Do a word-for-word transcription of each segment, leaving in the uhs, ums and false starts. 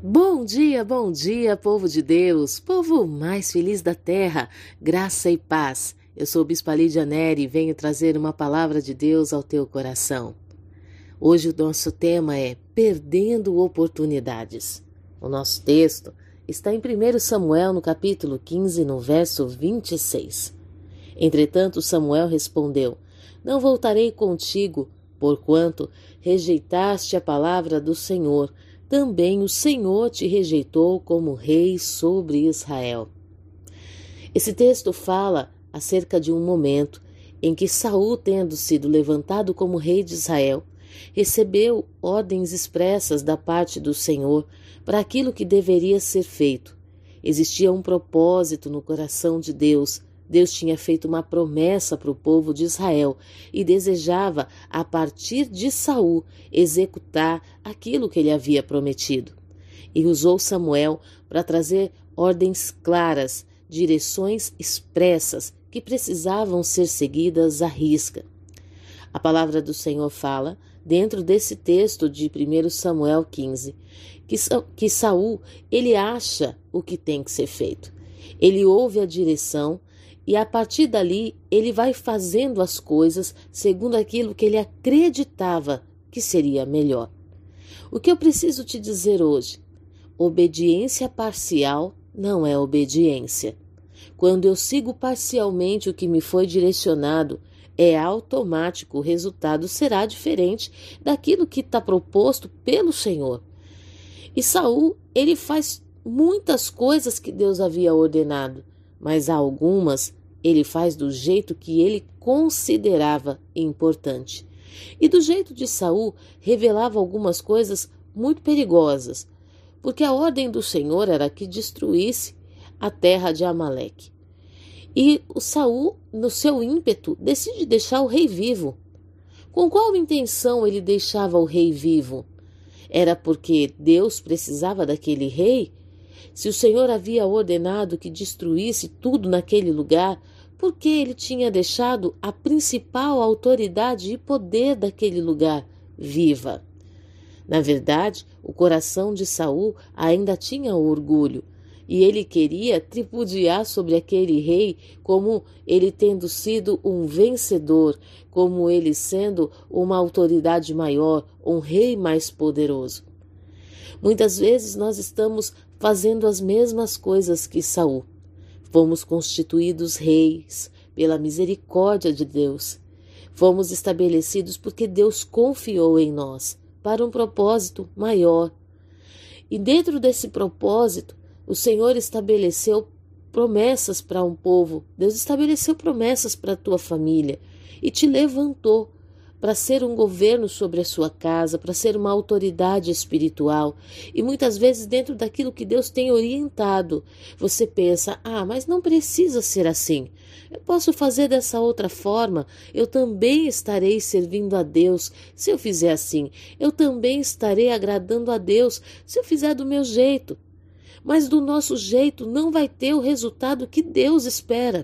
Bom dia, bom dia, povo de Deus, povo mais feliz da terra, graça e paz. Eu sou Bispa Lídia Neri e venho trazer uma palavra de Deus ao teu coração. Hoje o nosso tema é Perdendo Oportunidades. O nosso texto está em primeiro Samuel, no capítulo quinze, no verso vinte e seis. Entretanto, Samuel respondeu: Não voltarei contigo, porquanto rejeitaste a palavra do Senhor. Também o Senhor te rejeitou como rei sobre Israel. Esse texto fala acerca de um momento em que Saul, tendo sido levantado como rei de Israel, recebeu ordens expressas da parte do Senhor para aquilo que deveria ser feito. Existia um propósito no coração de Deus. Deus tinha feito uma promessa para o povo de Israel e desejava, a partir de Saul, executar aquilo que ele havia prometido. E usou Samuel para trazer ordens claras, direções expressas que precisavam ser seguidas à risca. A palavra do Senhor fala, dentro desse texto de primeiro Samuel quinze, que, que Saul, ele acha o que tem que ser feito. Ele ouve a direção e a partir dali ele vai fazendo as coisas segundo aquilo que ele acreditava que seria melhor. O que eu preciso te dizer hoje? Obediência parcial não é obediência. Quando eu sigo parcialmente o que me foi direcionado, é automático, o resultado será diferente daquilo que está proposto pelo Senhor. E Saul, ele faz muitas coisas que Deus havia ordenado, mas há algumas ele faz do jeito que ele considerava importante. E do jeito de Saul revelava algumas coisas muito perigosas, porque a ordem do Senhor era que destruísse a terra de Amaleque. E o Saul, no seu ímpeto, decide deixar o rei vivo. Com qual intenção ele deixava o rei vivo? Era porque Deus precisava daquele rei? Se o Senhor havia ordenado que destruísse tudo naquele lugar, por que ele tinha deixado a principal autoridade e poder daquele lugar viva? Na verdade, o coração de Saul ainda tinha orgulho, e ele queria tripudiar sobre aquele rei como ele tendo sido um vencedor, como ele sendo uma autoridade maior, um rei mais poderoso. Muitas vezes nós estamos fazendo as mesmas coisas que Saul. Fomos constituídos reis pela misericórdia de Deus. Fomos estabelecidos porque Deus confiou em nós para um propósito maior. E dentro desse propósito, o Senhor estabeleceu promessas para um povo. Deus estabeleceu promessas para a tua família e te levantou para ser um governo sobre a sua casa, para ser uma autoridade espiritual. E muitas vezes dentro daquilo que Deus tem orientado, você pensa, ah, mas não precisa ser assim. Eu posso fazer dessa outra forma, eu também estarei servindo a Deus se eu fizer assim. Eu também estarei agradando a Deus se eu fizer do meu jeito. Mas do nosso jeito não vai ter o resultado que Deus espera.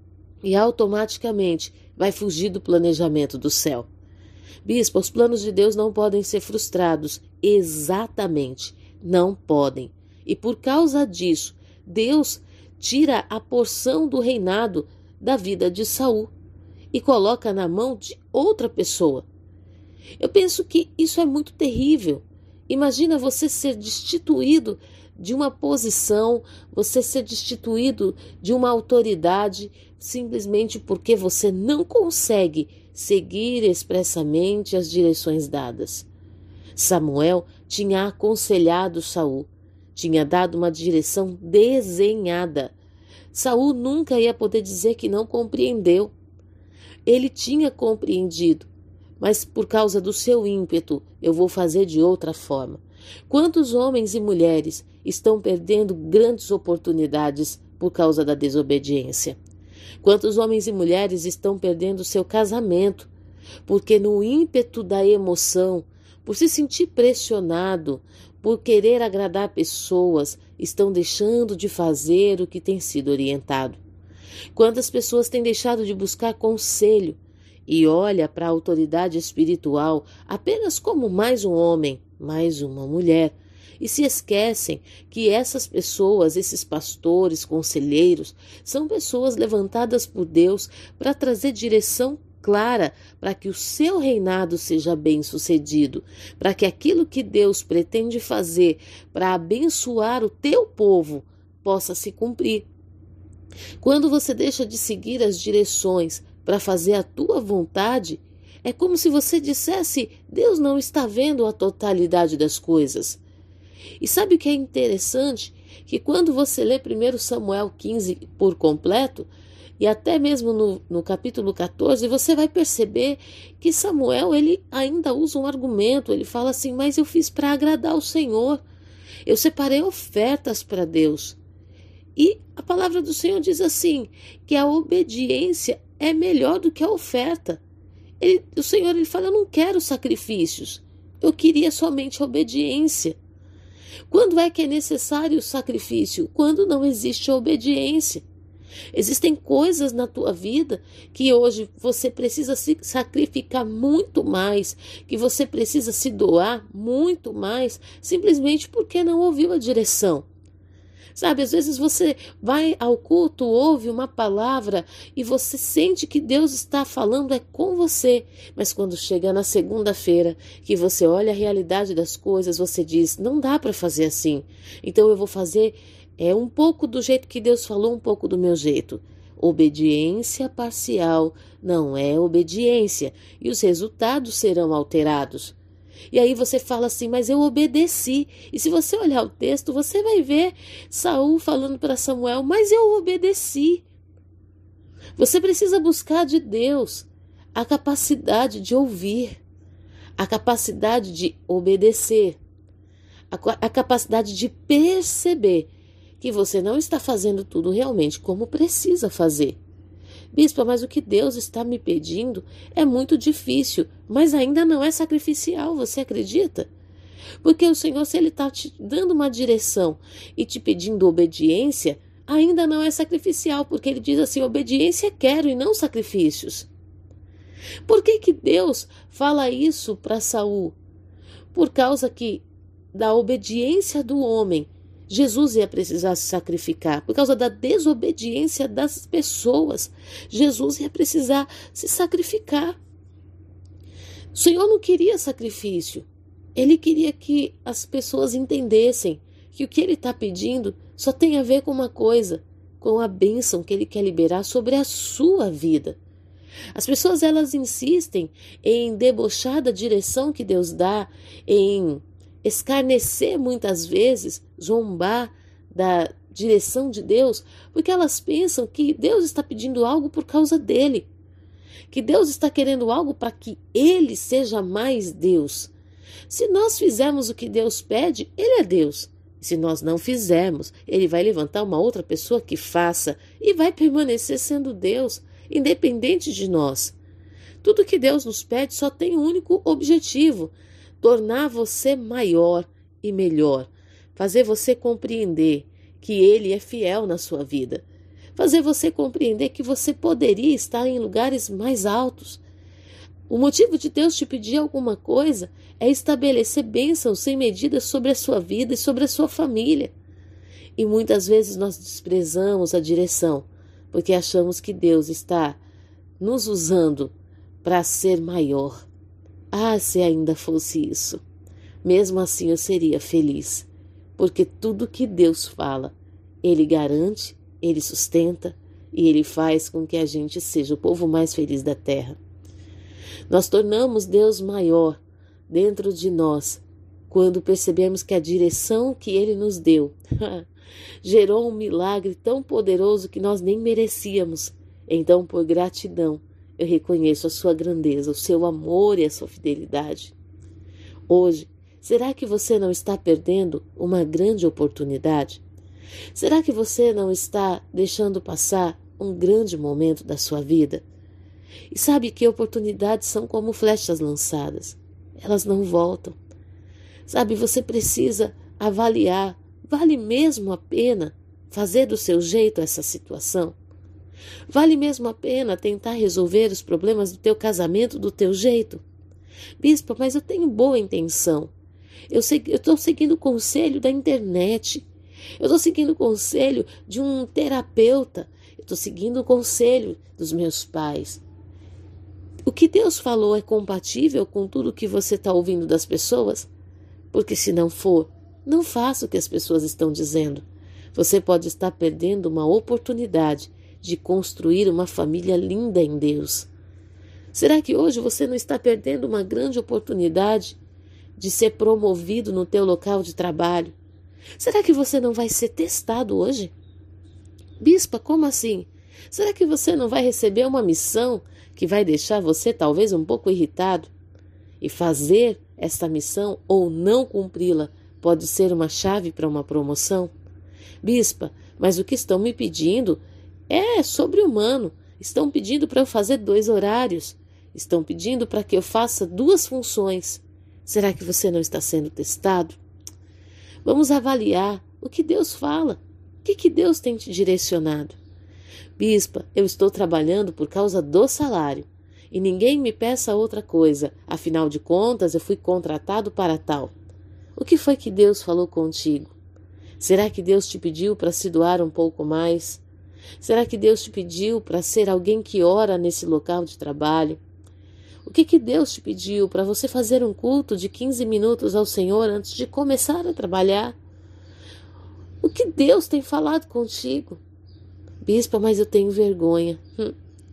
E automaticamente vai fugir do planejamento do céu. Bispo, os planos de Deus não podem ser frustrados. Exatamente, não podem. E por causa disso, Deus tira a porção do reinado da vida de Saul e coloca na mão de outra pessoa. Eu penso que isso é muito terrível. Imagina você ser destituído de uma posição, você ser destituído de uma autoridade simplesmente porque você não consegue seguir expressamente as direções dadas. Samuel tinha aconselhado Saul, tinha dado uma direção desenhada. Saul nunca ia poder dizer que não compreendeu. Ele tinha compreendido, mas por causa do seu ímpeto, eu vou fazer de outra forma. Quantos homens e mulheres estão perdendo grandes oportunidades por causa da desobediência? Quantos homens e mulheres estão perdendo seu casamento, porque no ímpeto da emoção, por se sentir pressionado, por querer agradar pessoas, estão deixando de fazer o que tem sido orientado? Quantas pessoas têm deixado de buscar conselho e olha para a autoridade espiritual apenas como mais um homem, mais uma mulher, e se esquecem que essas pessoas, esses pastores, conselheiros, são pessoas levantadas por Deus para trazer direção clara para que o seu reinado seja bem-sucedido, para que aquilo que Deus pretende fazer para abençoar o teu povo possa se cumprir. Quando você deixa de seguir as direções para fazer a tua vontade, é como se você dissesse: Deus não está vendo a totalidade das coisas. E sabe o que é interessante? Que quando você lê primeiro Samuel quinze por completo, e até mesmo no, no capítulo quatorze, você vai perceber que Samuel ele ainda usa um argumento. Ele fala assim: mas eu fiz para agradar o Senhor. Eu separei ofertas para Deus. E a palavra do Senhor diz assim, que a obediência é melhor do que a oferta. Ele, o Senhor ele fala: eu não quero sacrifícios, eu queria somente obediência. Quando é que é necessário o sacrifício? Quando não existe obediência. Existem coisas na tua vida que hoje você precisa se sacrificar muito mais, que você precisa se doar muito mais, simplesmente porque não ouviu a direção. Sabe, às vezes você vai ao culto, ouve uma palavra e você sente que Deus está falando é com você. Mas quando chega na segunda-feira, que você olha a realidade das coisas, você diz: não dá para fazer assim. Então eu vou fazer é um pouco do jeito que Deus falou, um pouco do meu jeito. Obediência parcial não é obediência e os resultados serão alterados. E aí você fala assim: mas eu obedeci. E se você olhar o texto, você vai ver Saul falando para Samuel: mas eu obedeci. Você precisa buscar de Deus a capacidade de ouvir, a capacidade de obedecer, a, a capacidade de perceber que você não está fazendo tudo realmente como precisa fazer. Bispa, mas o que Deus está me pedindo é muito difícil, mas ainda não é sacrificial, você acredita? Porque o Senhor, se Ele está te dando uma direção e te pedindo obediência, ainda não é sacrificial, porque Ele diz assim: obediência quero e não sacrifícios. Por que que Deus fala isso para Saul? Por causa que da obediência do homem, Jesus ia precisar se sacrificar. Por causa da desobediência das pessoas, Jesus ia precisar se sacrificar. O Senhor não queria sacrifício. Ele queria que as pessoas entendessem que o que Ele está pedindo só tem a ver com uma coisa, com a bênção que Ele quer liberar sobre a sua vida. As pessoas elas insistem em debochar da direção que Deus dá, em escarnecer muitas vezes, zombar da direção de Deus, porque elas pensam que Deus está pedindo algo por causa dele, que Deus está querendo algo para que ele seja mais Deus. Se nós fizermos o que Deus pede, ele é Deus. Se nós não fizermos, ele vai levantar uma outra pessoa que faça e vai permanecer sendo Deus, independente de nós. Tudo que Deus nos pede só tem um único objetivo: tornar você maior e melhor, fazer você compreender que Ele é fiel na sua vida, fazer você compreender que você poderia estar em lugares mais altos. O motivo de Deus te pedir alguma coisa é estabelecer bênçãos sem medida sobre a sua vida e sobre a sua família. E muitas vezes nós desprezamos a direção, porque achamos que Deus está nos usando para ser maior. Ah, se ainda fosse isso. Mesmo assim eu seria feliz, porque tudo que Deus fala, Ele garante, Ele sustenta e Ele faz com que a gente seja o povo mais feliz da terra. Nós tornamos Deus maior dentro de nós quando percebemos que a direção que Ele nos deu gerou um milagre tão poderoso que nós nem merecíamos. Então, por gratidão, eu reconheço a sua grandeza, o seu amor e a sua fidelidade. Hoje, será que você não está perdendo uma grande oportunidade? Será que você não está deixando passar um grande momento da sua vida? E sabe que oportunidades são como flechas lançadas. Elas não voltam. Sabe, você precisa avaliar, vale mesmo a pena fazer do seu jeito essa situação? Vale mesmo a pena tentar resolver os problemas do teu casamento do teu jeito? Bispa, mas eu tenho boa intenção. Eu estou seguindo o conselho da internet. Eu estou seguindo o conselho de um terapeuta. Eu estou seguindo o conselho dos meus pais. O que Deus falou é compatível com tudo que você está ouvindo das pessoas? Porque se não for, não faça o que as pessoas estão dizendo. Você pode estar perdendo uma oportunidade de construir uma família linda em Deus. Será que hoje você não está perdendo uma grande oportunidade de ser promovido no teu local de trabalho? Será que você não vai ser testado hoje? Bispa, como assim? Será que você não vai receber uma missão que vai deixar você talvez um pouco irritado? E fazer esta missão ou não cumpri-la pode ser uma chave para uma promoção? Bispa, mas o que estão me pedindo é sobre-humano. Estão pedindo para eu fazer dois horários. Estão pedindo para que eu faça duas funções. Será que você não está sendo testado? Vamos avaliar o que Deus fala. O que, que Deus tem te direcionado? Bispa, eu estou trabalhando por causa do salário. E ninguém me peça outra coisa. Afinal de contas, eu fui contratado para tal. O que foi que Deus falou contigo? Será que Deus te pediu para se doar um pouco mais? Será que Deus te pediu para ser alguém que ora nesse local de trabalho? O que que Deus te pediu para você fazer um culto de quinze minutos ao Senhor antes de começar a trabalhar? O que Deus tem falado contigo? Bispa, mas eu tenho vergonha. Hum.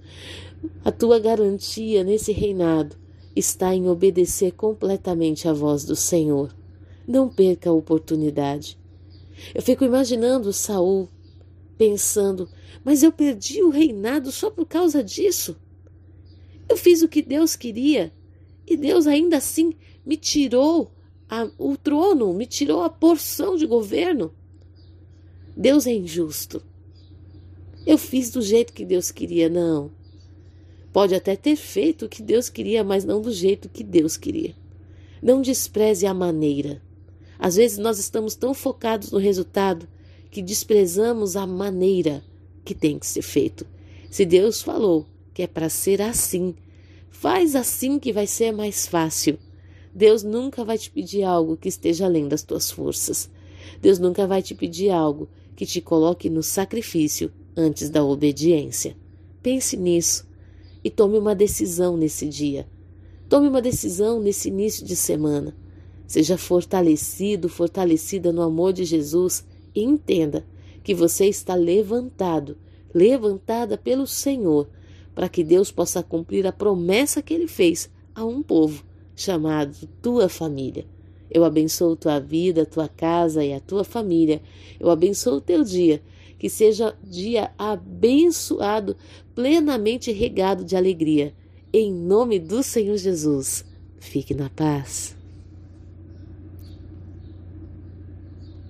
A tua garantia nesse reinado está em obedecer completamente à voz do Senhor. Não perca a oportunidade. Eu fico imaginando Saul, pensando, mas eu perdi o reinado só por causa disso. Eu fiz o que Deus queria e Deus ainda assim me tirou a, o trono, me tirou a porção de governo. Deus é injusto. Eu fiz do jeito que Deus queria, não. Pode até ter feito o que Deus queria, mas não do jeito que Deus queria. Não despreze a maneira. Às vezes nós estamos tão focados no resultado que desprezamos a maneira que tem que ser feito. Se Deus falou que é para ser assim, faz assim que vai ser mais fácil. Deus nunca vai te pedir algo que esteja além das tuas forças. Deus nunca vai te pedir algo que te coloque no sacrifício antes da obediência. Pense nisso e tome uma decisão nesse dia. Tome uma decisão nesse início de semana. Seja fortalecido, fortalecida no amor de Jesus e entenda que você está levantado, levantada pelo Senhor, para que Deus possa cumprir a promessa que Ele fez a um povo chamado tua família. Eu abençoo tua vida, tua casa e a tua família. Eu abençoo o teu dia, que seja dia abençoado, plenamente regado de alegria. Em nome do Senhor Jesus. Fique na paz.